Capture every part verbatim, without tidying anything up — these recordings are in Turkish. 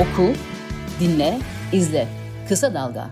Oku, dinle, izle. Kısa Dalga.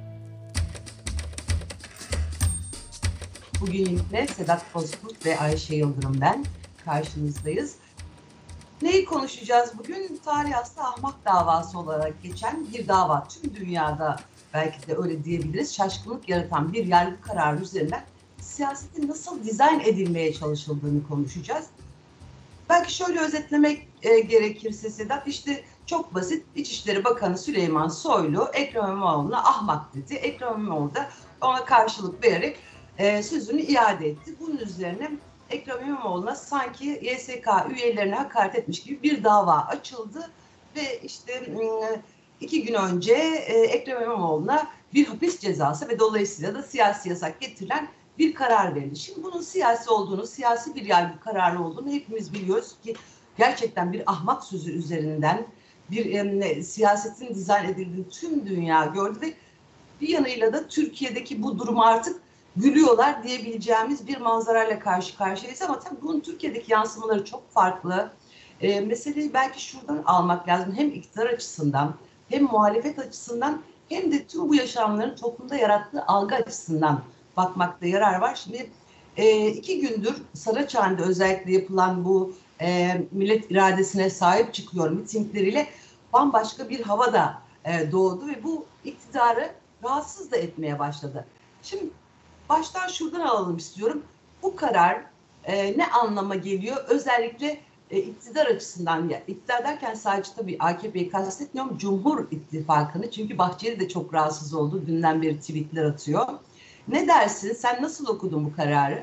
Bugün yine Sedat Bozkurt ve Ayşe Yıldırım ben karşınızdayız. Neyi konuşacağız bugün? Tarih aslı ahmak davası olarak geçen bir dava. Tüm dünyada belki de öyle diyebiliriz. Şaşkınlık yaratan bir yargı kararı üzerinden siyasetin nasıl dizayn edilmeye çalışıldığını konuşacağız. Belki şöyle özetlemek e, gerekirse Sedat, işte çok basit. İçişleri Bakanı Süleyman Soylu Ekrem İmamoğlu'na ahmak dedi. Ekrem İmamoğlu da ona karşılık vererek e, sözünü iade etti. Bunun üzerine Ekrem İmamoğlu'na sanki Y S K üyelerine hakaret etmiş gibi bir dava açıldı ve işte iki gün önce e, Ekrem İmamoğlu'na bir hapis cezası ve dolayısıyla da siyasi yasak getirilen bir karar verildi. Şimdi bunun siyasi olduğunu, siyasi bir yargı kararı olduğunu hepimiz biliyoruz ki gerçekten bir ahmak sözü üzerinden bir e, siyasetin dizayn edildiğini tüm dünya gördü ve bir yanıyla da Türkiye'deki bu durum artık gülüyorlar diyebileceğimiz bir manzarayla karşı karşıyayız ama tabii bunun Türkiye'deki yansımaları çok farklı. E, meseleyi belki şuradan almak lazım. Hem iktidar açısından hem muhalefet açısından hem de tüm bu yaşamların toplumda yarattığı algı açısından bakmakta yarar var. Şimdi e, iki gündür Saraçhane'de özellikle yapılan bu e, millet iradesine sahip çıkıyor mitingleriyle bambaşka bir hava da e, doğdu ve bu iktidarı rahatsız da etmeye başladı. Şimdi baştan şuradan alalım istiyorum. Bu karar e, ne anlama geliyor? Özellikle e, iktidar açısından, ya, iktidar derken sadece tabii A K P'yi kastetmiyorum, Cumhur İttifakı'nı, çünkü Bahçeli de çok rahatsız oldu. Dünden beri tweetler atıyor. Ne dersin? Sen nasıl okudun bu kararı?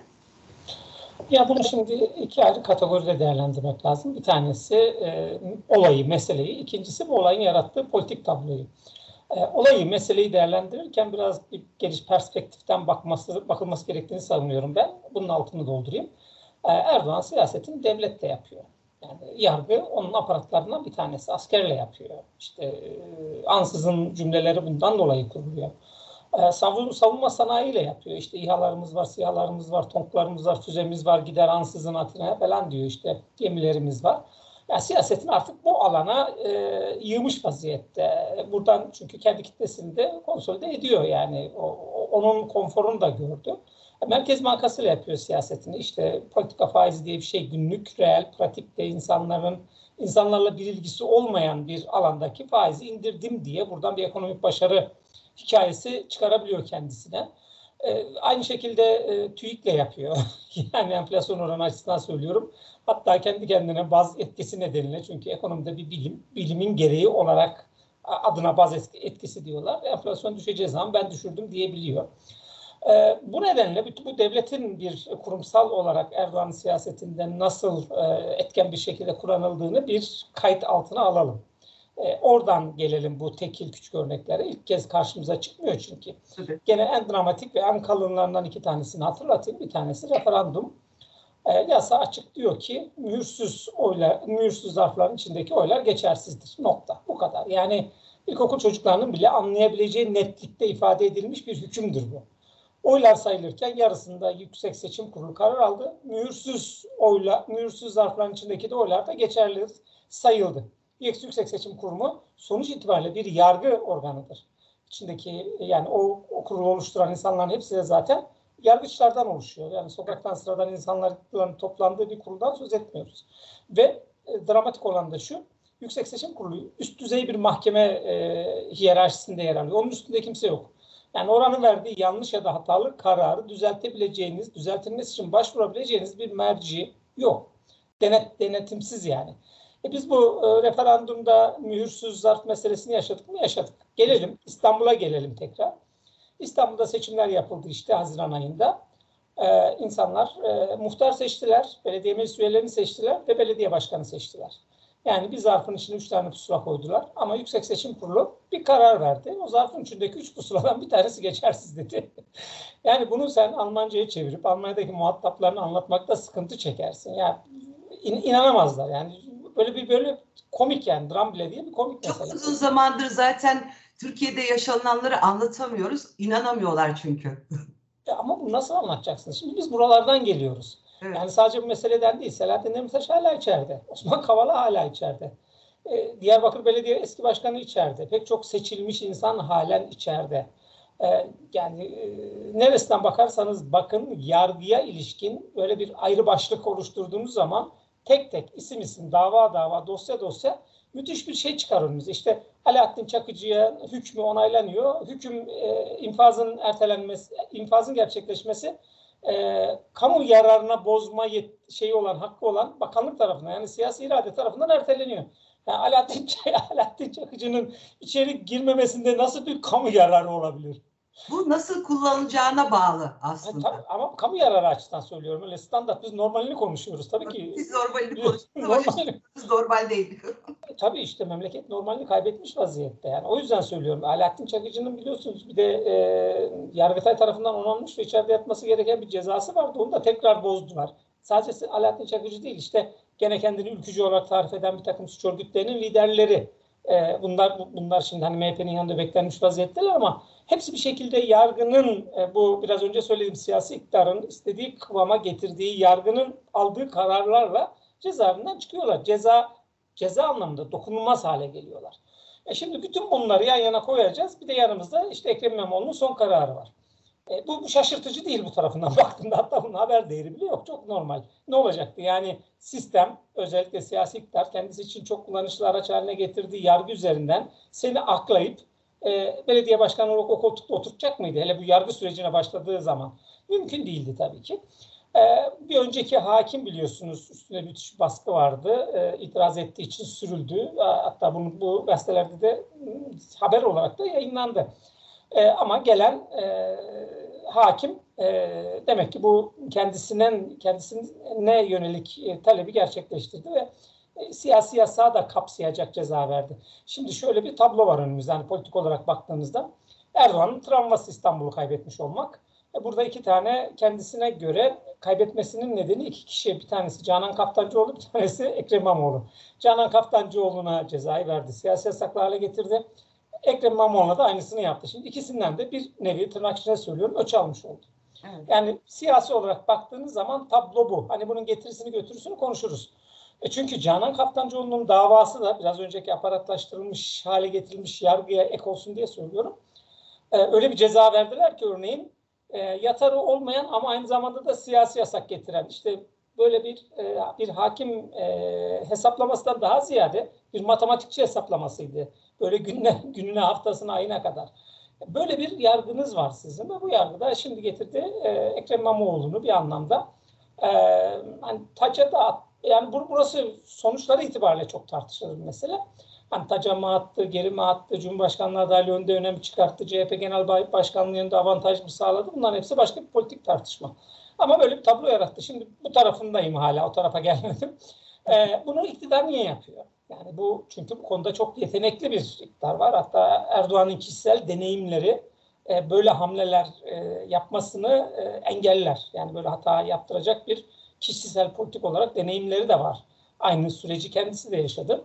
Ya bunu şimdi iki ayrı kategoride değerlendirmek lazım. Bir tanesi e, olayı, meseleyi. İkincisi bu olayın yarattığı politik tabloyu. E, olayı, meseleyi değerlendirirken biraz bir geniş perspektiften bakması, bakılması gerektiğini savunuyorum ben. Bunun altını doldurayım. E, Erdoğan siyasetini devletle yapıyor. Yani yargı onun aparatlarından bir tanesi. Askerle yapıyor. İşte e, ansızın cümleleri bundan dolayı kuruluyor. Savunma, savunma sanayiyle yapıyor. İşte İHA'larımız var, SİHA'larımız var, TONK'larımız var, füzemiz var, gider ansızın Atina'ya falan diyor, işte gemilerimiz var. Yani siyasetin artık bu alana e, yığmış vaziyette. Buradan çünkü kendi kitlesini de konsolide ediyor yani. O, onun konforunu da gördü. Merkez Bankası'yla yapıyor siyasetini. İşte politika faizi diye bir şey, günlük, reel, pratikte insanların insanlarla bir ilgisi olmayan bir alandaki faizi indirdim diye buradan bir ekonomik başarı hikayesi çıkarabiliyor kendisine. Ee, aynı şekilde e, TÜİK'le yapıyor. Yani enflasyon oranı açısından söylüyorum. Hatta kendi kendine baz etkisi nedeniyle, çünkü ekonomide bir bilim, bilimin gereği olarak adına baz etkisi diyorlar. Enflasyon düşeceği zaman ben düşürdüm diyebiliyor. Ee, bu nedenle bu devletin bir kurumsal olarak Erdoğan'ın siyasetinden nasıl e, etken bir şekilde kullanıldığını bir kayıt altına alalım. E, oradan gelelim bu tekil küçük örneklere. İlk kez karşımıza çıkmıyor çünkü. Evet. Gene en dramatik ve en kalınlarından iki tanesini hatırlatayım. Bir tanesi referandum. E, yasa açık diyor ki mühürsüz oylar, mühürsüz zarfların içindeki oylar geçersizdir. Nokta. Bu kadar. Yani ilkokul çocuklarının bile anlayabileceği netlikte ifade edilmiş bir hükümdür bu. Oylar sayılırken yarısında Yüksek Seçim Kurulu karar aldı. Mühürsüz oyla, mühürsüz zarfların içindeki de oylar da geçerli sayıldı. Yüksek Seçim Kurumu sonuç itibariyle bir yargı organıdır. İçindeki yani o, o kurulu oluşturan insanların hepsi de zaten yargıçlardan oluşuyor. Yani sokaktan sıradan insanların toplandığı bir kuruldan söz etmiyoruz. Ve e, dramatik olan da şu, Yüksek Seçim Kurulu üst düzey bir mahkeme e, hiyerarşisinde yer alıyor. Onun üstünde kimse yok. Yani oranın verdiği yanlış ya da hatalı kararı düzeltebileceğiniz, düzeltilmesi için başvurabileceğiniz bir merci yok. Denet, denetimsiz yani. E biz bu e, referandumda mühürsüz zarf meselesini yaşadık mı? Yaşadık. Gelelim, İstanbul'a gelelim tekrar. İstanbul'da seçimler yapıldı işte Haziran ayında. E, insanlar e, muhtar seçtiler, belediye meclis üyelerini seçtiler ve belediye başkanı seçtiler. Yani bir zarfın içine üç tane pusula koydular. Ama Yüksek Seçim Kurulu bir karar verdi. O zarfın içindeki üç pusuladan bir tanesi geçersiz dedi. Yani bunu sen Almanca'ya çevirip Almanya'daki muhataplarını anlatmakta sıkıntı çekersin. Yani in, inanamazlar yani. Böyle bir böyle komik yani dram bile değil bir komik Çok mesele. Çok uzun zamandır zaten Türkiye'de yaşananları anlatamıyoruz. İnanamıyorlar çünkü. Ya ama bunu nasıl anlatacaksınız? Şimdi biz buralardan geliyoruz. Evet. Yani sadece bu meseleden değil. Selahattin Demirtaş hala içeride. Osman Kavala hala içeride. E, Diyarbakır Belediye eski başkanı içeride. Pek çok seçilmiş insan halen içeride. E, yani e, neresinden bakarsanız bakın yargıya ilişkin böyle bir ayrı başlık oluşturduğunuz zaman tek tek isim isim dava dava dosya dosya müthiş bir şey çıkar önümüze. İşte Alaaddin Çakıcı'ya hükmü onaylanıyor. Hüküm e, infazın ertelenmesi, infazın gerçekleşmesi e, kamu yararına bozma yet- şeyi olan, hakkı olan bakanlık tarafından yani siyasi irade tarafından erteleniyor. Yani Alaaddin, Alaaddin Çakıcı'nın içeri girmemesinde nasıl bir kamu yararı olabilir? Bu nasıl kullanılacağına bağlı Yani aslında. tabii, ama kamu yararı açısından söylüyorum. Öyle standart biz normalini konuşuyoruz. Tabii ki Biz normalini konuşuyoruz ama normali, biz normal değil. tabii işte memleket normalini kaybetmiş vaziyette. Yani o yüzden söylüyorum. Alaaddin Çakıcı'nın biliyorsunuz bir de e, Yargıtay tarafından onanmış ve içeride yatması gereken bir cezası vardı. Onu da tekrar bozdular. Sadece Alaaddin Çakıcı değil, işte gene kendini ülkücü olarak tarif eden bir takım suç örgütlerinin liderleri. E, bunlar bunlar şimdi hani M H P'nin yanında beklenmiş vaziyetteler ama hepsi bir şekilde yargının e, bu biraz önce söylediğim siyasi iktidarın istediği kıvama getirdiği yargının aldığı kararlarla cezaevinden çıkıyorlar. Ceza ceza anlamında dokunulmaz hale geliyorlar. E şimdi bütün bunları yan yana koyacağız. Bir de yanımızda işte Ekrem İmamoğlu'nun son kararı var. E, bu, bu şaşırtıcı değil bu tarafından baktığında. Hatta bunun haber değeri bile yok. Çok normal. Ne olacaktı? Yani sistem, özellikle siyasi iktidar kendisi için çok kullanışlı araç haline getirdiği yargı üzerinden seni aklayıp e, belediye başkanı olarak o koltukta oturtacak mıydı? Hele bu yargı sürecine başladığı zaman. Mümkün değildi tabii ki. E, bir önceki hakim biliyorsunuz üstüne müthiş baskı vardı. E, itiraz ettiği için sürüldü. E, hatta bunu bu gazetelerde de haber olarak da yayınlandı. E, ama gelen e, hakim e, demek ki bu kendisinden kendisine yönelik e, talebi gerçekleştirdi ve e, siyasi yasağı da kapsayacak ceza verdi. Şimdi şöyle bir tablo var önümüzde. Yani politik olarak baktığınızda Erdoğan'ın travması İstanbul'u kaybetmiş olmak. E, burada iki tane kendisine göre kaybetmesinin nedeni iki kişi. Bir tanesi Canan Kaftancıoğlu, bir tanesi Ekrem İmamoğlu. Canan Kaftancıoğlu'na cezayı verdi. Siyasi yasaklı hale getirdi. Ekrem İmamoğlu'na da aynısını yaptı. Şimdi ikisinden de bir nevi tırnak içine söylüyorum öç almış oldu. Evet. Yani siyasi olarak baktığınız zaman tablo bu. Hani bunun getirisini götürüsünü konuşuruz. E çünkü Canan Kaftancıoğlu'nun davası da biraz önceki aparatlaştırılmış hale getirilmiş yargıya ek olsun diye söylüyorum. E, öyle bir ceza verdiler ki örneğin e, yatarı olmayan ama aynı zamanda da siyasi yasak getiren işte böyle bir e, bir hakim e, hesaplamasından daha ziyade bir matematikçi hesaplamasıydı. Böyle gününe, gününe haftasına, ayına kadar. Böyle bir yargınız var sizin ve bu yargıda şimdi getirdi e, Ekrem İmamoğlu'nu bir anlamda e, hani taca da yani burası sonuçları itibariyle çok tartışılır mesela. Hani taca mı attı, geri mi attı, Cumhurbaşkanlığı adaylığı önde önem çıkarttı, C H P Genel Başkanlığı yanında avantaj mı sağladı? Bunların hepsi başka bir politik tartışma. Ama böyle bir tablo yarattı. Şimdi bu tarafındayım hala, o tarafa gelmedim. E, bunu iktidar niye yapıyor? Yani bu çünkü bu konuda çok yetenekli bir iktidar var. Hatta Erdoğan'ın kişisel deneyimleri e, böyle hamleler e, yapmasını e, engeller. Yani böyle hata yaptıracak bir kişisel politik olarak deneyimleri de var. Aynı süreci kendisi de yaşadı.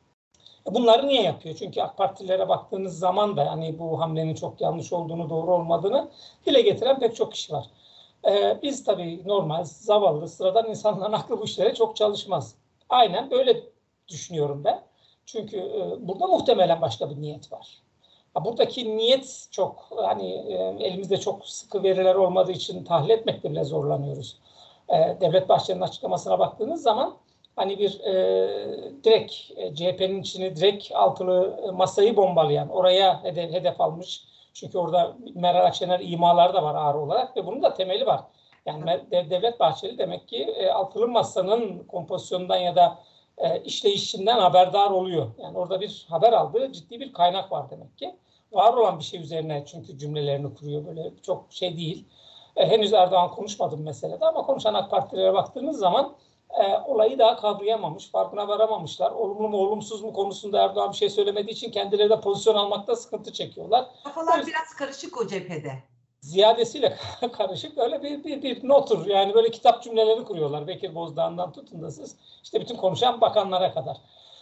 Bunları niye yapıyor? Çünkü AK Partilere baktığınız zaman da yani bu hamlenin çok yanlış olduğunu, doğru olmadığını dile getiren pek çok kişi var. Ee, biz tabii normal, zavallı, sıradan insanların aklı bu işlere çok çalışmaz. Aynen böyle düşünüyorum ben. Çünkü e, burada muhtemelen başka bir niyet var. Ha, buradaki niyet çok, hani e, elimizde çok sıkı veriler olmadığı için tahlil etmekte bile zorlanıyoruz. E, Devlet Bahçeli'nin açıklamasına baktığınız zaman hani bir e, direkt e, C H P'nin içini direkt altılı e, masayı bombalayan, oraya hedef, hedef almış. Çünkü orada Meral Akşener imaları da var ağır olarak ve bunun da temeli var. Yani Devlet Bahçeli demek ki e, altılı masanın kompozisyonundan ya da e, işleyişinden haberdar oluyor. Yani orada bir haber aldığı ciddi bir kaynak var demek ki. Var olan bir şey üzerine çünkü cümlelerini kuruyor. Böyle çok şey değil. E, henüz Erdoğan konuşmadı bu meselede ama konuşan AK Partilere baktığınız zaman e, olayı daha kavrayamamış, farkına varamamışlar. Olumlu mu olumsuz mu konusunda Erdoğan bir şey söylemediği için kendileri de pozisyon almakta sıkıntı çekiyorlar. Kafalar yüzden, biraz karışık o cephede. Ziyadesiyle karışık öyle bir, bir, bir notur. Yani böyle kitap cümleleri kuruyorlar. Bekir Bozdağ'ından tutun da siz işte bütün konuşan bakanlara kadar.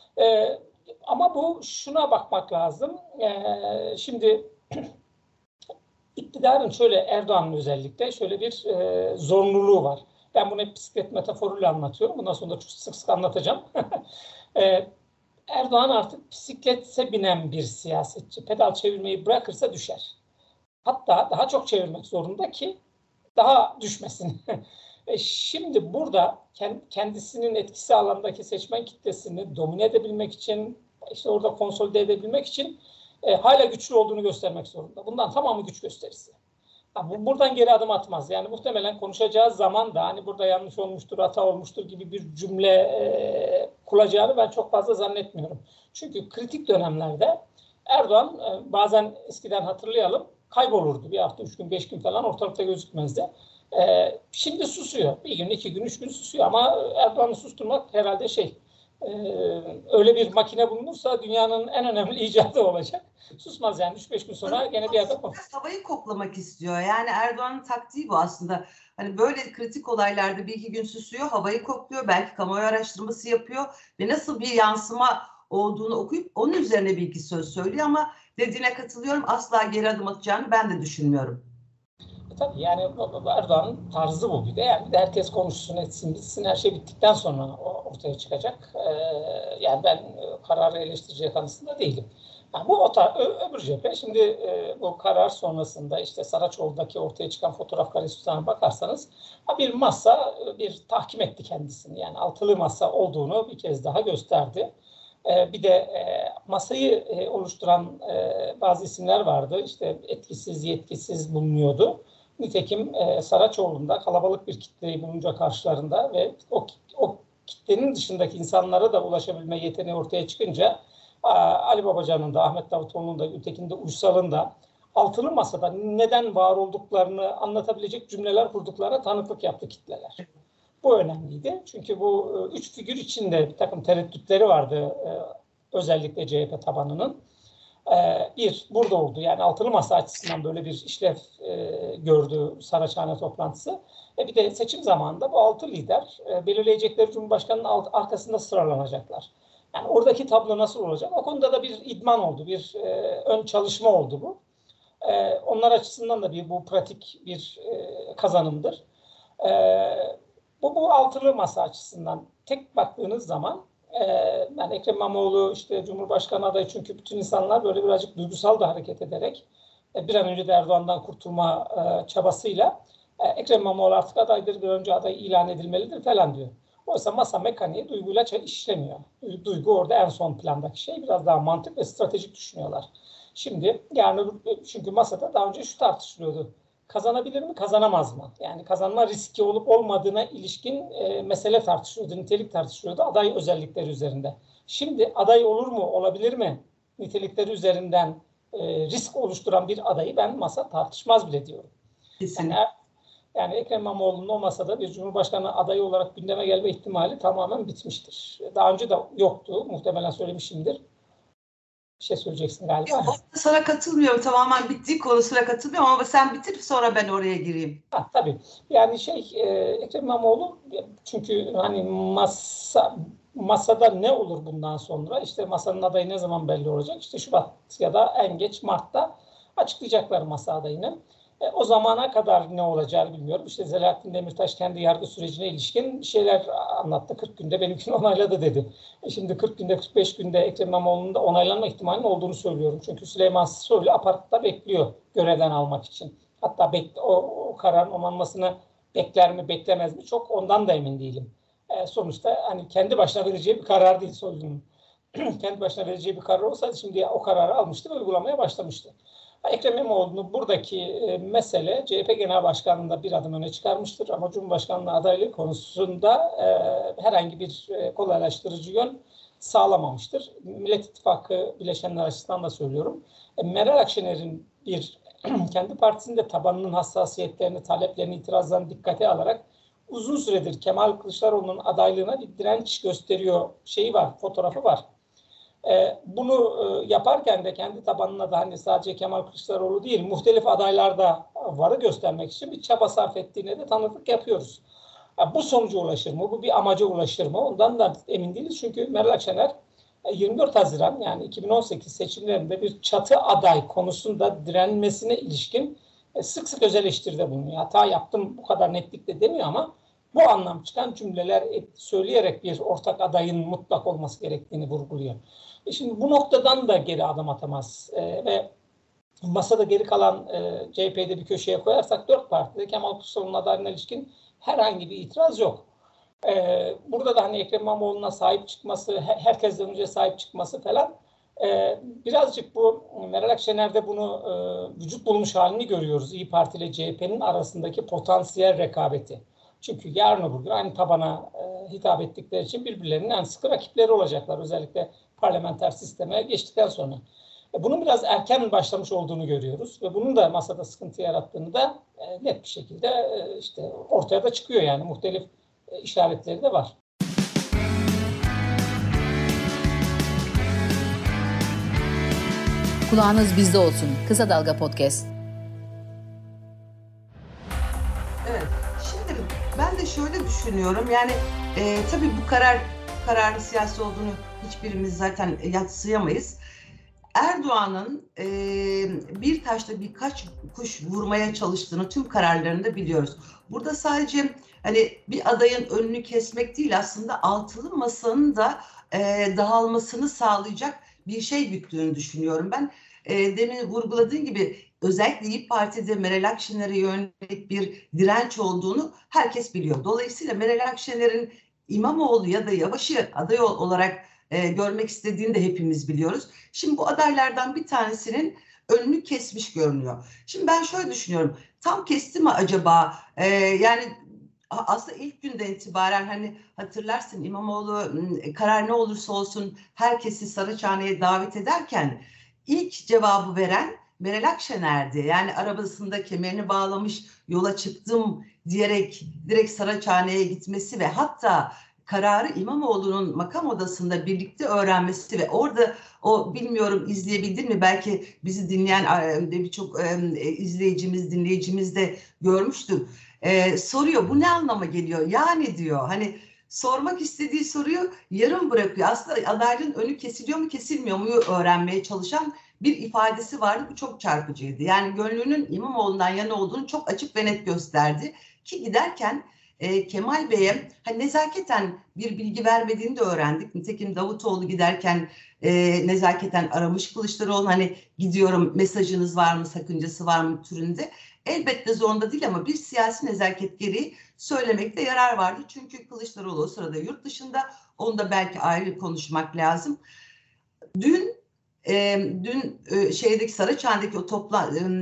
E, ama bu şuna bakmak lazım. E, şimdi iktidarın şöyle Erdoğan'ın özellikle şöyle bir e, zorunluluğu var. Ben bunu hep bisiklet metaforuyla anlatıyorum. Bundan sonra da çok sık sık anlatacağım. e, Erdoğan artık bisiklete binen bir siyasetçi. Pedal çevirmeyi bırakırsa düşer. Hatta daha çok çevirmek zorunda ki daha düşmesin. E şimdi burada kendisinin etkisi alanındaki seçmen kitlesini domine edebilmek için, işte orada konsolide edebilmek için e, hala güçlü olduğunu göstermek zorunda. Bundan tamamı güç gösterisi. Ha, bu, buradan geri adım atmaz. Yani muhtemelen konuşacağı zaman da hani burada yanlış olmuştur, hata olmuştur gibi bir cümle e, kuracağını ben çok fazla zannetmiyorum. Çünkü kritik dönemlerde Erdoğan e, bazen eskiden hatırlayalım kaybolurdu. Bir hafta, üç gün, beş gün falan ortalıkta gözükmezdi. Ee, şimdi susuyor. Bir gün, iki gün, üç gün susuyor ama Erdoğan'ı susturmak herhalde şey e, öyle bir makine bulunursa dünyanın en önemli icadı olacak. Susmaz yani. Üç beş gün sonra gene bir yerde havayı koklamak istiyor. Yani Erdoğan'ın taktiği bu aslında. Hani böyle kritik olaylarda bir iki gün susuyor, havayı kokluyor, belki kamuoyu araştırması yapıyor ve nasıl bir yansıma olduğunu okuyup onun üzerine bir iki söz söylüyor ama dediğine katılıyorum. Asla geri adım atacağını ben de düşünmüyorum. Tabii yani Erdoğan'ın tarzı bu bir de. Yani herkes konuşsun, etsin, bitsin. Her şey bittikten sonra ortaya çıkacak. Ee, yani ben kararı eleştireceği kanısında değilim. Yani bu o tar- öbür cephe. Şimdi e, bu karar sonrasında işte Saraçoğlu'daki ortaya çıkan fotoğraf karesinden bakarsanız bir masa bir tahkim etti kendisini. Yani altılı masa olduğunu bir kez daha gösterdi. Ee, bir de e, masayı e, oluşturan e, bazı isimler vardı. İşte etkisiz, yetkisiz bulunuyordu. Nitekim e, Saraçoğlu'nda kalabalık bir kitleyi bulunca karşılarında ve o, o kitlenin dışındaki insanlara da ulaşabilme yeteneği ortaya çıkınca Ali Babacan'ın da, Ahmet Davutoğlu'nun da, ötekinde Uysal'ın da altılı masada neden var olduklarını anlatabilecek cümleler kurduklarına tanıklık yaptı kitleler. Bu önemliydi. Çünkü bu üç figür içinde bir takım tereddütleri vardı özellikle C H P tabanının. Bir, burada oldu. Yani altılı masa açısından böyle bir işlev gördü Saraçhane toplantısı. E bir de seçim zamanında bu altı lider belirleyecekleri Cumhurbaşkanı'nın arkasında sıralanacaklar. Yani oradaki tablo nasıl olacak? O konuda da bir idman oldu, bir ön çalışma oldu bu. Onlar açısından da bir bu pratik bir kazanımdır. Bu, bu altılı masa açısından tek baktığınız zaman e, yani Ekrem İmamoğlu işte Cumhurbaşkanı adayı çünkü bütün insanlar böyle birazcık duygusal da hareket ederek e, bir an önce de Erdoğan'dan kurtulma e, çabasıyla e, Ekrem İmamoğlu artık adaydır, bir önce aday ilan edilmelidir falan diyor. Oysa masa mekaniği duyguyla işlemiyor. Duygu orada en son plandaki şey. Biraz daha mantık ve stratejik düşünüyorlar. Şimdi yani çünkü masada daha önce şu tartışılıyordu. Kazanabilir mi, kazanamaz mı? Yani kazanma riski olup olmadığına ilişkin e, mesele tartışılıyordu, nitelik tartışılıyordu aday özellikleri üzerinde. Şimdi aday olur mu, olabilir mi nitelikleri üzerinden e, risk oluşturan bir adayı ben masa tartışmaz bile diyorum. Kesinlikle. Yani, yani Ekrem İmamoğlu'nun o masada bir Cumhurbaşkanı adayı olarak gündeme gelme ihtimali tamamen bitmiştir. Daha önce de yoktu, muhtemelen söylemişimdir. Bir şey söyleyeceksin galiba. Sana katılmıyorum. Tamamen bittiği konusuna katılmıyorum ama sen bitir sonra ben oraya gireyim. Ha, tabii. Yani şey e, Ekrem İmamoğlu çünkü hani masa masada ne olur bundan sonra? İşte masanın adayı ne zaman belli olacak? İşte Şubat ya da en geç Mart'ta açıklayacaklar masa adayını. E, o zamana kadar ne olacağını bilmiyorum. İşte Selahattin Demirtaş kendi yargı sürecine ilişkin şeyler anlattı. kırk günde benimkini onayladı dedi. E şimdi kırk günde, kırk beş günde Ekrem İmamoğlu'nun da onaylanma ihtimalinin olduğunu söylüyorum. Çünkü Süleyman Soylu aparatta bekliyor görevden almak için. Hatta bekle, o, o kararın onanmasını bekler mi beklemez mi çok ondan da emin değilim. E, sonuçta hani kendi başına vereceği bir karar değil Soylu'nun. Kendi başına vereceği bir karar olsaydı şimdi o kararı almıştı ve uygulamaya başlamıştı. Ekrem İmamoğlu'nun buradaki e, mesele C H P Genel Başkanlığı'nda bir adım öne çıkarmıştır ama Cumhurbaşkanlığı adaylığı konusunda e, herhangi bir e, kolaylaştırıcı yön sağlamamıştır. Millet İttifakı bileşenler açısından da söylüyorum. E, Meral Akşener'in bir kendi partisinde tabanının hassasiyetlerini, taleplerini, itirazlarını dikkate alarak uzun süredir Kemal Kılıçdaroğlu'nun adaylığına bir direnç gösteriyor şeyi var, fotoğrafı var. Ee, bunu e, yaparken de kendi tabanına da hani sadece Kemal Kılıçdaroğlu değil, muhtelif adaylarda varı göstermek için bir çaba sarf ettiğine de tanıklık yapıyoruz. Yani bu sonuca ulaşır mı? Bu bir amaca ulaşır mı? Ondan da emin değiliz. Çünkü Meral Akşener yirmi dört Haziran yani iki bin on sekiz seçimlerinde bir çatı aday konusunda direnmesine ilişkin sık sık öz eleştiride bulunuyor. Hata yaptım bu kadar netlikle demiyor ama bu anlam çıkan cümleler söyleyerek bir ortak adayın mutlak olması gerektiğini vurguluyor. E şimdi bu noktadan da geri adım atamaz e, ve masada geri kalan e, C H P'de bir köşeye koyarsak dört partide Kemal Kılıçdaroğlu'nun adaylığına ilişkin herhangi bir itiraz yok. E, burada da hani Ekrem İmamoğlu'na sahip çıkması, herkesten önce sahip çıkması falan e, birazcık bu Meral Akşener'de bunu e, vücut bulmuş halini görüyoruz. İYİ Parti ile C H P'nin arasındaki potansiyel rekabeti. Çünkü yarın öbür gün aynı tabana e, hitap ettikleri için birbirlerinin en sıkı rakipleri olacaklar. Özellikle parlamenter sisteme geçtikten sonra. E, bunun biraz erken başlamış olduğunu görüyoruz ve bunun da masada sıkıntı yarattığını da e, net bir şekilde e, işte ortaya da çıkıyor yani muhtelif e, işaretleri de var. Kulağınız bizde olsun. Kısa Dalga Podcast. Evet. Şimdi ben de şöyle düşünüyorum. Yani e, tabii bu karar kararın siyasi olduğunu hiçbirimiz zaten yadsıyamayız. Erdoğan'ın e, bir taşla birkaç kuş vurmaya çalıştığını tüm kararlarında biliyoruz. Burada sadece hani bir adayın önünü kesmek değil, aslında altılı masanın da e, dağılmasını sağlayacak bir şey güttüğünü düşünüyorum ben. E, demin vurguladığın gibi özellikle İYİ Parti'de Meral Akşener'e yönelik bir direnç olduğunu herkes biliyor. Dolayısıyla Meral Akşener'in İmamoğlu ya da Yavaş'ı aday olarak e, görmek istediğini de hepimiz biliyoruz. Şimdi bu adaylardan bir tanesinin önünü kesmiş görünüyor. Şimdi ben şöyle düşünüyorum. Tam kesti mi acaba? E, yani aslında ilk günden itibaren hani hatırlarsın İmamoğlu karar ne olursa olsun herkesi Saraçhane'ye davet ederken ilk cevabı veren Meral Akşener'di. Yani arabasında kemerini bağlamış yola çıktım diyerek direkt Saraçhane'ye gitmesi ve hatta kararı İmamoğlu'nun makam odasında birlikte öğrenmesi ve orada o bilmiyorum izleyebildin mi, belki bizi dinleyen birçok izleyicimiz dinleyicimiz de görmüştür. Ee, soruyor bu ne anlama geliyor? Yani diyor hani sormak istediği soruyu yarım bırakıyor. Aslında adaylığın önü kesiliyor mu kesilmiyor mu öğrenmeye çalışan bir ifadesi vardı. Bu çok çarpıcıydı. Yani gönlünün İmamoğlu'ndan yana olduğunu çok açık ve net gösterdi. Ki giderken e, Kemal Bey'e hani nezaketen bir bilgi vermediğini de öğrendik. Nitekim Davutoğlu giderken e, nezaketen aramış Kılıçdaroğlu, hani gidiyorum mesajınız var mı, sakıncası var mı türünde. Elbette zorunda değil ama bir siyasi nezaket gereği söylemekte yarar vardı. Çünkü Kılıçdaroğlu o sırada yurt dışında, onu da belki ayrı konuşmak lazım. Dün e, dün e, şeydeki Saraçhane'deki o topla e,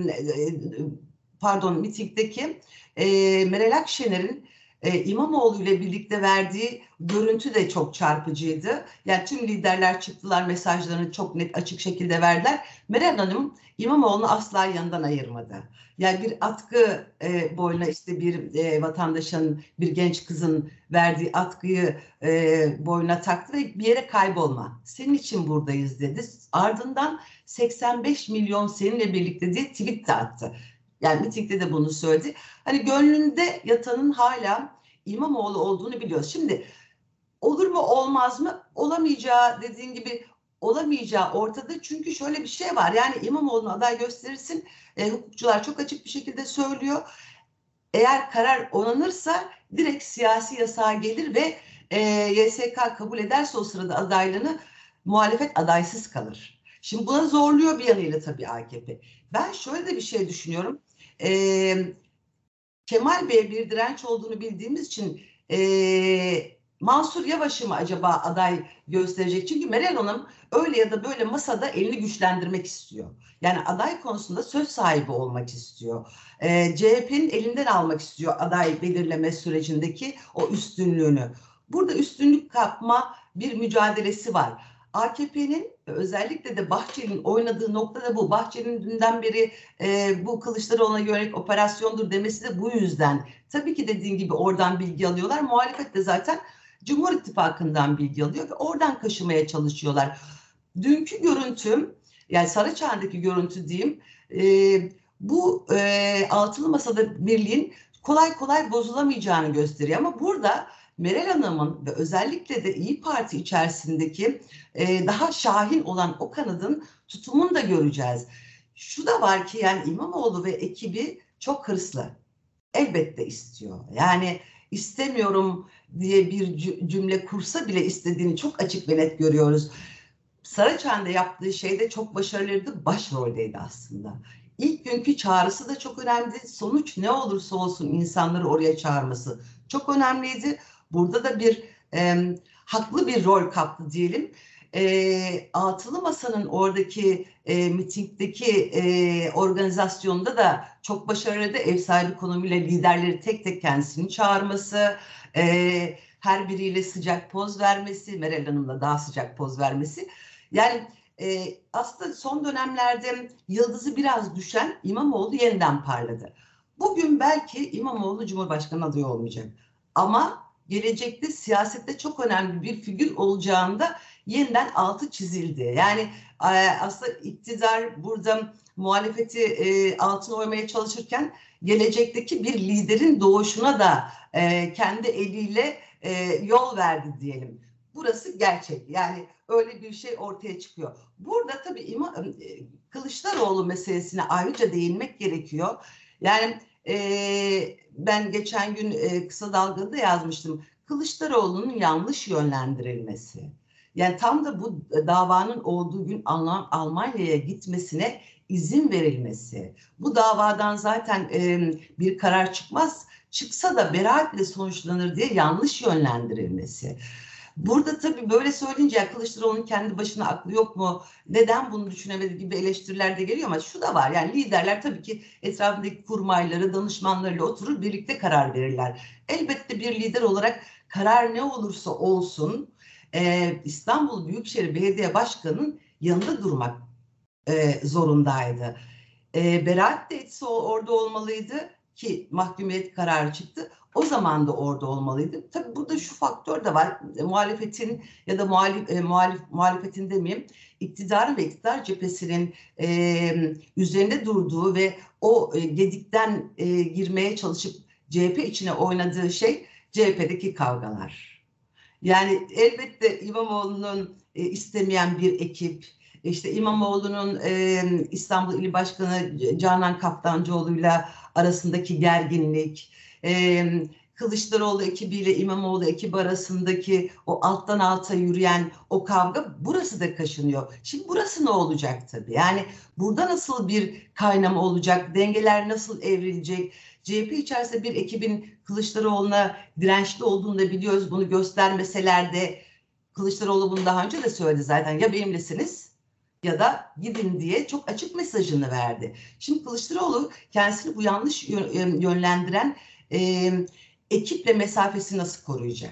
pardon mitingdeki e, Meral Akşener'in e, İmamoğlu ile birlikte verdiği görüntü de çok çarpıcıydı. Yani tüm liderler çıktılar, mesajlarını çok net açık şekilde verdiler. Meral Hanım İmamoğlu'nu asla yanından ayırmadı. Yani bir atkı e, boyuna işte bir e, vatandaşın, bir genç kızın verdiği atkıyı e, boyuna taktı ve bir yere kaybolma. Senin için buradayız dedi. Ardından seksen beş milyon seninle birlikte diye tweet de attı. Yani mitingde de bunu söyledi. Hani gönlünde yatanın hala İmamoğlu olduğunu biliyoruz. Şimdi olur mu olmaz mı? Olamayacağı, dediğin gibi olamayacağı ortada. Çünkü şöyle bir şey var. Yani İmamoğlu'nu aday gösterirsin. E, hukukçular çok açık bir şekilde söylüyor. Eğer karar onanırsa direkt siyasi yasağa gelir ve e, Y S K kabul ederse o sırada adaylığını, muhalefet adaysız kalır. Şimdi buna zorluyor bir yanıyla tabii A K P. Ben şöyle de bir şey düşünüyorum. E, Kemal Bey bir direnç olduğunu bildiğimiz için e, Mansur Yavaş'ı mı acaba aday gösterecek? Çünkü Meral Hanım öyle ya da böyle masada elini güçlendirmek istiyor. Yani aday konusunda söz sahibi olmak istiyor. E, C H P'nin elinden almak istiyor aday belirleme sürecindeki o üstünlüğünü. Burada üstünlük kapma bir mücadelesi var. A K P'nin özellikle de Bahçeli'nin oynadığı nokta da bu. Bahçeli'nin dünden beri e, bu Kılıçdaroğlu'na yönelik operasyondur demesi de bu yüzden. Tabii ki dediğin gibi oradan bilgi alıyorlar. Muhalefet de zaten Cumhur İttifakı'ndan bilgi alıyor ve oradan kaşımaya çalışıyorlar. Dünkü görüntüm, yani Saraçhane'deki görüntü diyeyim, e, bu e, altılı masada birliğin kolay kolay bozulamayacağını gösteriyor. Ama burada Meral Hanım'ın ve özellikle de İYİ Parti içerisindeki e, daha şahin olan o kanadın tutumunu da göreceğiz. Şu da var ki yani İmamoğlu ve ekibi çok hırslı. Elbette istiyor. Yani istemiyorum diye bir cümle kursa bile istediğini çok açık ve net görüyoruz. Saraçhane'de yaptığı şey de çok başarılıydı, başroldeydi aslında. İlk günkü çağrısı da çok önemli. Sonuç ne olursa olsun insanları oraya çağırması çok önemliydi. Burada da bir e, haklı bir rol kaptı diyelim. E, Altılı Masa'nın oradaki e, mitingdeki e, organizasyonda da çok başarılıydı. Ev sahibi konumuyla liderleri tek tek kendisini çağırması, e, her biriyle sıcak poz vermesi, Meral Hanım'la daha sıcak poz vermesi. Yani e, aslında son dönemlerde yıldızı biraz düşen İmamoğlu yeniden parladı. Bugün belki İmamoğlu Cumhurbaşkanı adayı olmayacak. Ama gelecekte siyasette çok önemli bir figür olacağında yeniden altı çizildi. Yani e, aslında iktidar burada muhalefeti e, altına oymaya çalışırken gelecekteki bir liderin doğuşuna da e, kendi eliyle e, yol verdi diyelim. Burası gerçek. Yani öyle bir şey ortaya çıkıyor. Burada tabii İma, Kılıçdaroğlu meselesine ayrıca değinmek gerekiyor. Yani e, ben geçen gün e, Kısa Dalga'da yazmıştım. Kılıçdaroğlu'nun yanlış yönlendirilmesi. Yani tam da bu davanın olduğu gün Almanya'ya gitmesine izin verilmesi. Bu davadan zaten e, bir karar çıkmaz. Çıksa da beraatle sonuçlanır diye yanlış yönlendirilmesi. Burada tabii böyle söyleyince Kılıçdaroğlu'nun kendi başına aklı yok mu? Neden bunu düşünemedi gibi eleştiriler de geliyor ama şu da var. Yani liderler tabii ki etrafındaki kurmayları, danışmanlarıyla oturur birlikte karar verirler. Elbette bir lider olarak karar ne olursa olsun e, İstanbul Büyükşehir Belediye Başkanı'nın yanında durmak e, zorundaydı. E, beraat de etse orada olmalıydı ki mahkumiyet kararı çıktı. O zaman da orada olmalıydı. Tabii burada şu faktör de var. E, muhalefetin ya da muhalif, e, muhalif, muhalefetin demeyeyim, iktidarın ve iktidar cephesinin e, üzerinde durduğu ve o e, gedikten e, girmeye çalışıp C H P içine oynadığı şey C H P'deki kavgalar. Yani elbette İmamoğlu'nun e, istemeyen bir ekip, işte İmamoğlu'nun e, İstanbul İl Başkanı Canan Kaftancıoğlu'yla arasındaki gerginlik, e, Kılıçdaroğlu ekibiyle İmamoğlu ekibi arasındaki o alttan alta yürüyen o kavga, burası da kaşınıyor. Şimdi burası ne olacak tabii? Yani burada nasıl bir kaynama olacak? Dengeler nasıl evrilecek? C H P içerisinde bir ekibin Kılıçdaroğlu'na dirençli olduğunu da biliyoruz. Bunu göstermeseler de Kılıçdaroğlu bunu daha önce de söyledi zaten. Ya benimlesiniz ya da gidin diye çok açık mesajını verdi. Şimdi Kılıçdaroğlu kendisini bu yanlış yönlendiren e, ekiple mesafesi nasıl koruyacak?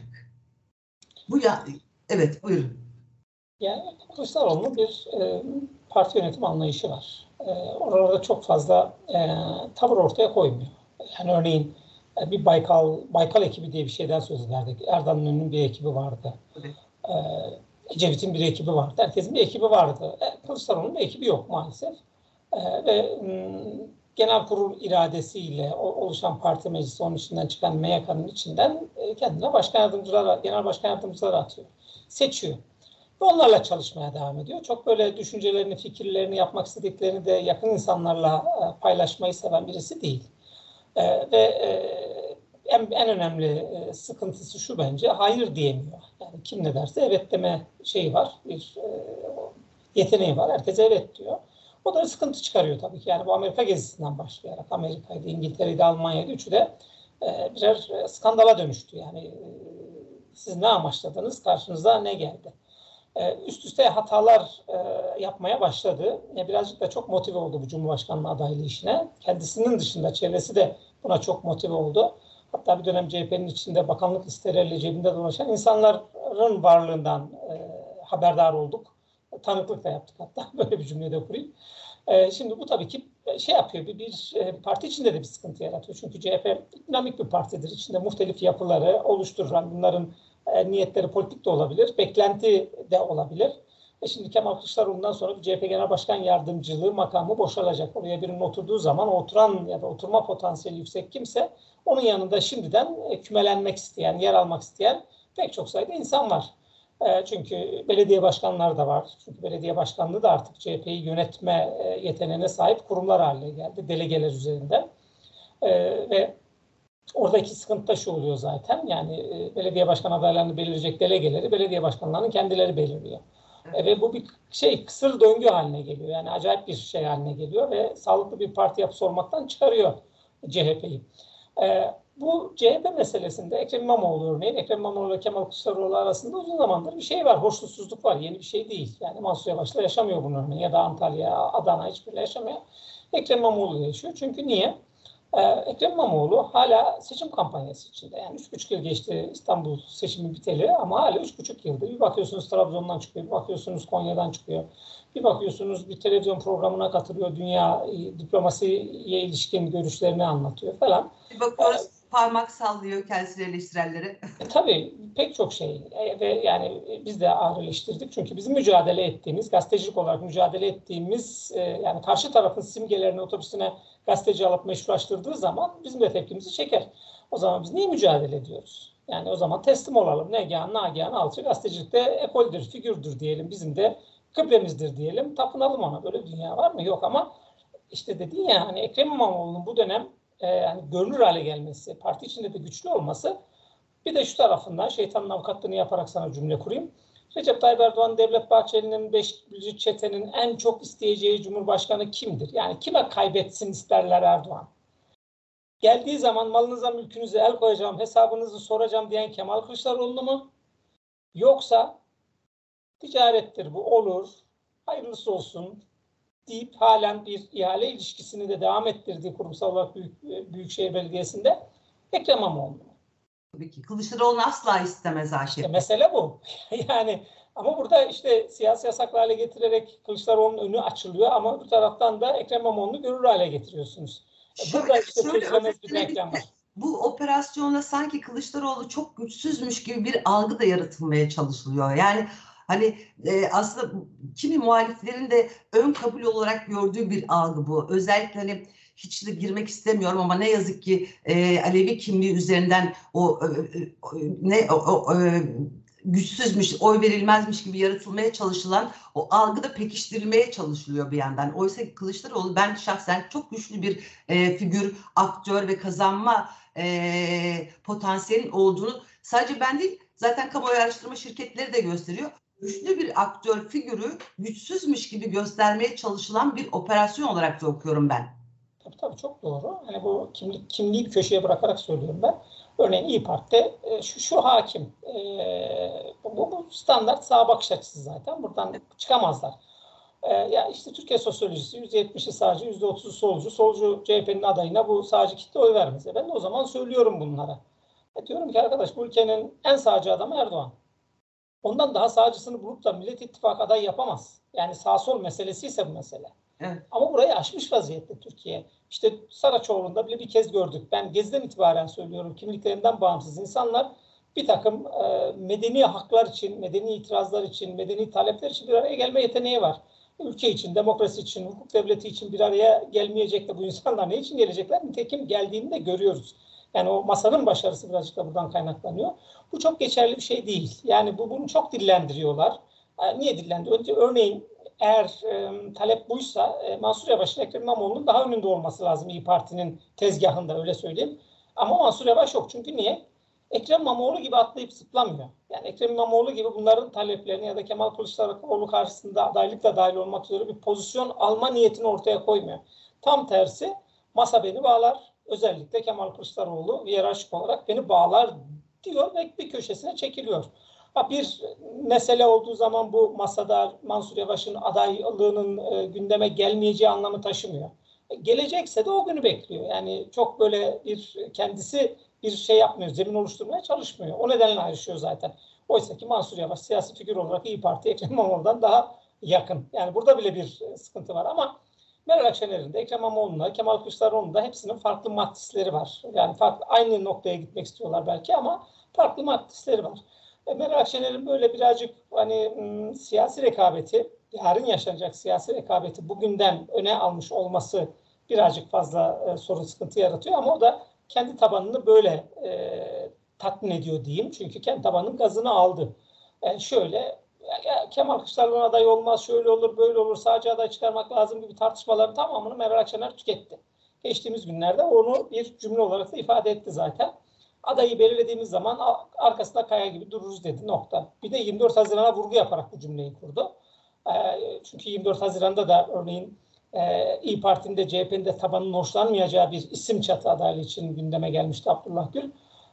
Bu ya, evet buyurun. Yani Kılıçdaroğlu'nun bir e, parti yönetim anlayışı var. E, orada çok fazla e, tavır ortaya koymuyor. Yani örneğin e, bir Baykal Baykal ekibi diye bir şeyden söz ederdik. Erdoğan İnönü'nün bir ekibi vardı. Evet. E, Ecevit'in bir ekibi vardı. Herkesin bir ekibi vardı. E, Kılıçdaroğlu'nun bir ekibi yok maalesef. E, ve m, genel kurul iradesiyle oluşan parti meclisi, onun içinden çıkan M Y K'nın içinden e, kendine başkan yardımcıları, genel başkan yardımcıları atıyor. Seçiyor. Ve onlarla çalışmaya devam ediyor. Çok böyle düşüncelerini, fikirlerini, yapmak istediklerini de yakın insanlarla e, paylaşmayı seven birisi değil. E, ve e, en, en önemli e, sıkıntısı şu bence, hayır diyemiyor. Yani kim ne derse evet deme şeyi var, bir e, yeteneği var. Herkes evet diyor. O da sıkıntı çıkarıyor tabii ki. Yani bu Amerika gezisinden başlayarak Amerika'ydı, İngiltere'ydi, Almanya'ydı. Üçü de e, birer skandala dönüştü. Yani e, siz ne amaçladınız, karşınıza ne geldi? Üst üste hatalar yapmaya başladı. Birazcık da çok motive oldu bu Cumhurbaşkanlığı adaylığı işine. Kendisinin dışında çevresi de buna çok motive oldu. Hatta bir dönem C H P'nin içinde bakanlık listeleriyle cebinde dolaşan insanların varlığından haberdar olduk. Tanıklık da yaptık hatta. Böyle bir cümle de kurayım. Şimdi bu tabii ki şey yapıyor, bir, bir parti içinde de bir sıkıntı yaratıyor. Çünkü C H P dinamik bir partidir. İçinde muhtelif yapıları oluşturur. Bunların E, niyetleri politik de olabilir, beklenti de olabilir. E şimdi Kemal Kılıçdaroğlu'ndan sonra bir C H P Genel Başkan Yardımcılığı makamı boşalacak. Oraya birinin oturduğu zaman oturan ya da oturma potansiyeli yüksek kimse onun yanında şimdiden e, kümelenmek isteyen, yer almak isteyen pek çok sayıda insan var. E, çünkü belediye başkanları da var. Çünkü belediye başkanlığı da artık C H P'yi yönetme e, yeteneğine sahip kurumlar haline geldi. Delegeler üzerinden. E, ve Oradaki sıkıntı da şu oluyor zaten. Yani e, belediye başkan adaylarını belirleyecek delegeleri belediye başkanlarının kendileri belirliyor. E, ve bu bir şey kısır döngü haline geliyor. Yani acayip bir şey haline geliyor ve sağlıklı bir parti yapısı olmaktan çıkarıyor C H P'yi. E, bu C H P meselesinde Ekrem İmamoğlu örneğin, Ekrem İmamoğlu ile Kemal Kılıçdaroğlu arasında uzun zamandır bir şey var, hoşnutsuzluk var. Yeni bir şey değil. Yani Mansur Yavaş'la yaşamıyor bunu örneğin ya da Antalya, Adana hiçbiriyle yaşamıyor. Ekrem İmamoğlu yaşıyor. Çünkü niye? Ee, Ekrem İmamoğlu hala seçim kampanyası içinde. Yani üç buçuk yıl geçti İstanbul seçimi biteli ama hala üç buçuk yıldır. Bir bakıyorsunuz Trabzon'dan çıkıyor, bir bakıyorsunuz Konya'dan çıkıyor. Bir bakıyorsunuz bir televizyon programına katılıyor, dünya e, diplomasiye ilişkin görüşlerini anlatıyor falan. Bir bakıyoruz ee, parmak sallıyor kendisini eleştirenlere. E, tabii pek çok şey e, ve yani e, biz de ağır eleştirdik çünkü bizim mücadele ettiğimiz, gazetecilik olarak mücadele ettiğimiz e, yani karşı tarafın simgelerini otobüsüne gazeteci alıp meşrulaştırdığı zaman bizim de tepkimizi çeker. O zaman biz niye mücadele ediyoruz? Yani o zaman teslim olalım. Negihan, Nagihan, Alçı gazetecilikte ekoldür, figürdür diyelim. Bizim de kıblemizdir diyelim. Tapınalım ona. Böyle bir dünya var mı? Yok ama işte dedin ya hani Ekrem İmamoğlu'nun bu dönem e, yani görünür hale gelmesi, parti içinde de güçlü olması. Bir de şu tarafından şeytanın avukatlığını yaparak sana cümle kurayım. Recep Tayyip Erdoğan, Devlet Bahçeli'nin beşli çetenin en çok isteyeceği Cumhurbaşkanı kimdir? Yani kime kaybetsin isterler Erdoğan? Geldiği zaman malınıza mülkünüze el koyacağım, hesabınızı soracağım diyen Kemal Kılıçdaroğlu mu? Yoksa ticarettir bu olur, hayırlısı olsun deyip halen bir ihale ilişkisini de devam ettirdiği kurumsal olarak Büyük, Büyükşehir Belediyesi'nde Ekrem İmamoğlu mu? Tabii ki. Kılıçdaroğlu asla istemez Ayşe. İşte mesele bu. Yani ama burada işte siyasi yasaklı hale getirerek Kılıçdaroğlu'nun önü açılıyor ama bu taraftan da Ekrem İmamoğlu'nu görür hale getiriyorsunuz. Şöyle, burada işte şöyle çözülemez bir denklem var. Bu operasyonda sanki Kılıçdaroğlu çok güçsüzmüş gibi bir algı da yaratılmaya çalışılıyor. Yani hani e, aslında kimi muhaliflerin de ön kabul olarak gördüğü bir algı bu. Özellikle hani hiç de girmek istemiyorum ama ne yazık ki e, Alevi kimliği üzerinden o e, ne o, o e, güçsüzmüş, oy verilmezmiş gibi yaratılmaya çalışılan o algı da pekiştirilmeye çalışılıyor bir yandan. Oysa ki Kılıçdaroğlu ben şahsen çok güçlü bir e, figür, aktör ve kazanma e, potansiyelin olduğunu sadece ben değil zaten kamuoyu araştırma şirketleri de gösteriyor. Güçlü bir aktör figürü güçsüzmüş gibi göstermeye çalışılan bir operasyon olarak da okuyorum ben. Tabii tabii çok doğru. Hani bu kimlik kimliği bir köşeye bırakarak söylüyorum ben. Örneğin İYİ Parti'de e, şu, şu hakim. E, bu, bu standart sağ bakış açısı zaten. Buradan çıkamazlar. E, ya işte Türkiye sosyolojisi yüzde yetmişi sağcı, yüzde otuzu solcu. Solcu C H P'nin adayına bu sağcı kitle oy vermez. E, ben de o zaman söylüyorum bunlara. E, diyorum ki arkadaş bu ülkenin en sağcı adamı Erdoğan. Ondan daha sağcısını bulup da Millet İttifakı aday yapamaz. Yani sağ sol meselesi ise bu mesele. Evet. Ama burayı aşmış vaziyette Türkiye. İşte Saraçoğlu'nda bile bir kez gördük. Ben Gezi'den itibaren söylüyorum. Kimliklerinden bağımsız insanlar bir takım e, medeni haklar için, medeni itirazlar için, medeni talepler için bir araya gelme yeteneği var. Ülke için, demokrasi için, hukuk devleti için bir araya gelmeyecek de bu insanlar ne için gelecekler? Nitekim geldiğini de görüyoruz. Yani o masanın başarısı birazcık da buradan kaynaklanıyor. Bu çok geçerli bir şey değil. Yani bu bunu çok dillendiriyorlar. E, niye dillendiriyor? Örneğin eğer e, talep buysa e, Mansur Yavaş'ın Ekrem İmamoğlu'nun daha önünde olması lazım İYİ Parti'nin tezgahında öyle söyleyeyim. Ama Mansur Yavaş yok. Çünkü niye? Ekrem İmamoğlu gibi atlayıp zıplamıyor. Yani Ekrem İmamoğlu gibi bunların taleplerini ya da Kemal Kılıçdaroğlu karşısında adaylıkla dahil olmak üzere bir pozisyon alma niyetini ortaya koymuyor. Tam tersi masa beni bağlar. Özellikle Kemal Kılıçdaroğlu hiyerarşik olarak beni bağlar diyor ve bir köşesine çekiliyor. Bir mesele olduğu zaman bu masada Mansur Yavaş'ın adaylığının e, gündeme gelmeyeceği anlamı taşımıyor. Gelecekse de o günü bekliyor. Yani çok böyle bir kendisi bir şey yapmıyor, zemin oluşturmaya çalışmıyor. O nedenle ayrışıyor zaten. Oysa ki Mansur Yavaş siyasi figür olarak İYİ Parti Ekrem İmamoğlu'ndan daha yakın. Yani burada bile bir sıkıntı var ama Meral Akşener'in de Ekrem İmamoğlu'nda, Kemal Kılıçdaroğlu'nda hepsinin farklı matrisleri var. Yani farklı, aynı noktaya gitmek istiyorlar belki ama farklı matrisleri var. Meral Akşener'in böyle birazcık hani m, siyasi rekabeti, yarın yaşanacak siyasi rekabeti bugünden öne almış olması birazcık fazla e, sorun sıkıntı yaratıyor ama o da kendi tabanını böyle e, tatmin ediyor diyeyim. Çünkü kendi tabanının gazını aldı. Yani şöyle ya, Kemal Kılıçdaroğlu aday olmaz, şöyle olur, böyle olur, sadece aday çıkarmak lazım gibi tartışmaların tamamını Meral Akşener tüketti. geçtiğimiz günlerde onu bir cümle olarak da ifade etti zaten. Adayı belirlediğimiz zaman arkasında kaya gibi dururuz dedi, nokta. Bir de yirmi dört Haziran'a vurgu yaparak bu cümleyi kurdu. Çünkü yirmi dört Haziran'da da örneğin İYİ Parti'nin de C H P'nin de tabanının hoşlanmayacağı bir isim çatı adaylığı için gündeme gelmişti Abdullah Gül.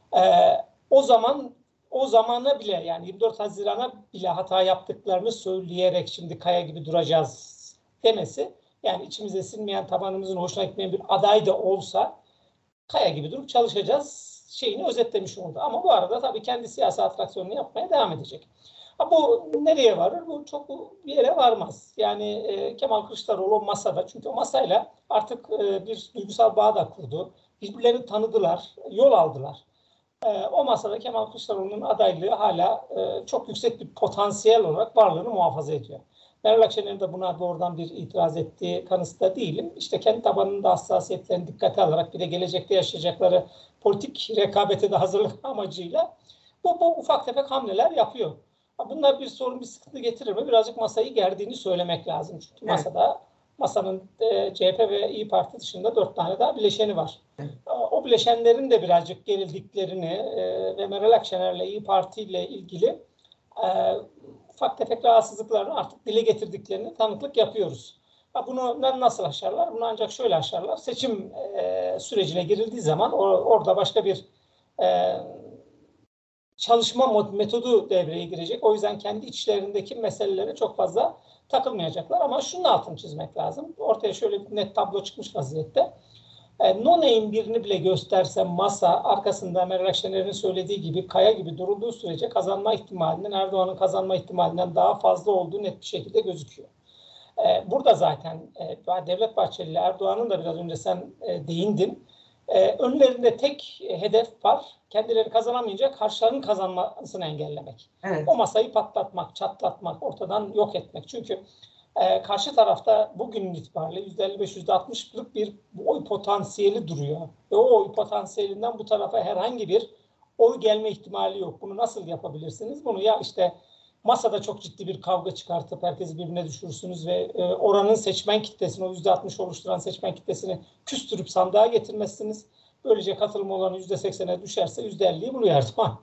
O zaman o zamana bile, yani yirmi dört Haziran'a bile hata yaptıklarını söyleyerek şimdi kaya gibi duracağız demesi, yani içimize sinmeyen, tabanımızın hoşuna gitmeyen bir aday da olsa kaya gibi durup çalışacağız şeyini özetlemiş oldu. Ama bu arada tabii kendi siyasi atraksiyonunu yapmaya devam edecek. Ha, bu nereye varır? Bu çok bir yere varmaz. Yani e, Kemal Kılıçdaroğlu o masada, çünkü o masayla artık e, bir duygusal bağ da kurdu. Birbirlerini tanıdılar, yol aldılar. E, o masada Kemal Kılıçdaroğlu'nun adaylığı hala e, çok yüksek bir potansiyel olarak varlığını muhafaza ediyor. Meral Akşener'in de buna doğrudan bir itiraz ettiği kanısında değilim. İşte kendi tabanının da hassasiyetlerini dikkate alarak bir de gelecekte yaşayacakları politik rekabete de hazırlık amacıyla bu, bu ufak tefek hamleler yapıyor. Bunlar bir sorun, bir sıkıntı getirir mi? Birazcık masayı gerdiğini söylemek lazım. Çünkü evet, masada masanın e, C H P ve İYİ Parti dışında dört tane daha bileşeni var. Evet. O bileşenlerin de birazcık gerildiklerini e, ve Meral Akşener'le İYİ Parti ile ilgili e, ufak tefek rahatsızlıklarını artık dile getirdiklerini tanıklık yapıyoruz. Ha, bunu nasıl aşarlar? Bunu ancak şöyle aşarlar. Seçim e, sürecine girildiği zaman or, orada başka bir e, çalışma metodu devreye girecek. O yüzden kendi içlerindeki meselelere çok fazla takılmayacaklar. Ama şunun altını çizmek lazım. Ortaya şöyle bir net tablo çıkmış vaziyette. E, no-name birini bile gösterse masa arkasında Meral Akşener'in söylediği gibi kaya gibi durulduğu sürece kazanma ihtimalinden, Erdoğan'ın kazanma ihtimalinden daha fazla olduğu net bir şekilde gözüküyor. E, burada zaten e, Devlet Bahçeli ile Erdoğan'ın da biraz önce sen e, değindin. E, önlerinde tek hedef var. Kendileri kazanamayınca karşılarının kazanmasını engellemek. Evet. O masayı patlatmak, çatlatmak, ortadan yok etmek. Çünkü e, karşı tarafta bugünün itibariyle yüzde elli beş yüzde altmışlık bir oy potansiyeli duruyor. Ve o oy potansiyelinden bu tarafa herhangi bir oy gelme ihtimali yok. Bunu nasıl yapabilirsiniz? Bunu ya işte masada çok ciddi bir kavga çıkartıp herkesi birbirine düşürürsünüz ve e, oranın seçmen kitlesini, o yüzde altmış oluşturan seçmen kitlesini küstürüp sandığa getirmezsiniz. Böylece katılım oranı yüzde seksene düşerse yüzde elliyi buluyor Erdoğan.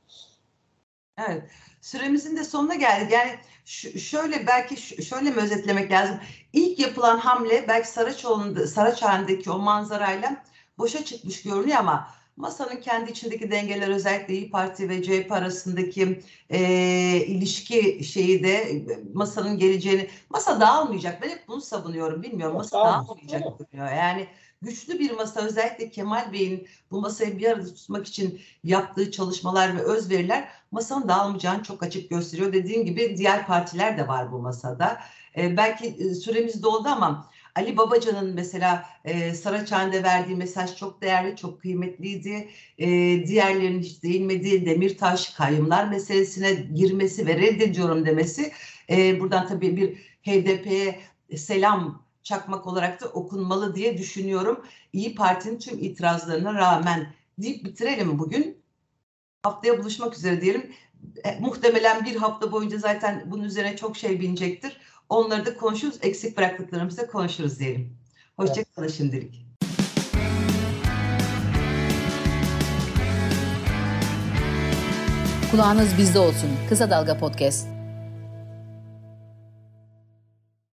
Evet. Süremizin de sonuna geldik. Yani ş- şöyle belki ş- şöyle mi özetlemek lazım? İlk yapılan hamle belki Saraçoğlu'nda, Saraçhane'deki o manzarayla boşa çıkmış görünüyor ama masanın kendi içindeki dengeler, özellikle İYİ Parti ve C H P arasındaki e, ilişki şeyi de masanın geleceğini, masa dağılmayacak. Ben hep bunu savunuyorum. Bilmiyorum, masa dağılmayacak duruyor. Yani güçlü bir masa, özellikle Kemal Bey'in bu masayı bir arada tutmak için yaptığı çalışmalar ve özveriler masanın dağılmayacağını çok açık gösteriyor. Dediğim gibi diğer partiler de var bu masada. E, belki süremiz doldu ama Ali Babacan'ın mesela e, Saraçhane'de verdiği mesaj çok değerli, çok kıymetliydi. E, diğerlerinin hiç değinmediği Demirtaş kayyumlar meselesine girmesi ve reddediyorum demesi e, buradan tabii bir H D P'ye selam çakmak olarak da okunmalı diye düşünüyorum. İYİ Parti'nin tüm itirazlarına rağmen deyip bitirelim bugün. Haftaya buluşmak üzere diyelim. E, muhtemelen bir hafta boyunca zaten bunun üzerine çok şey binecektir. Onları da konuşuruz. Eksik bıraktıklarımızı da konuşuruz diyelim. Hoşçakalın evet. Şimdilik. Kulağınız bizde olsun. Kısa Dalga Podcast.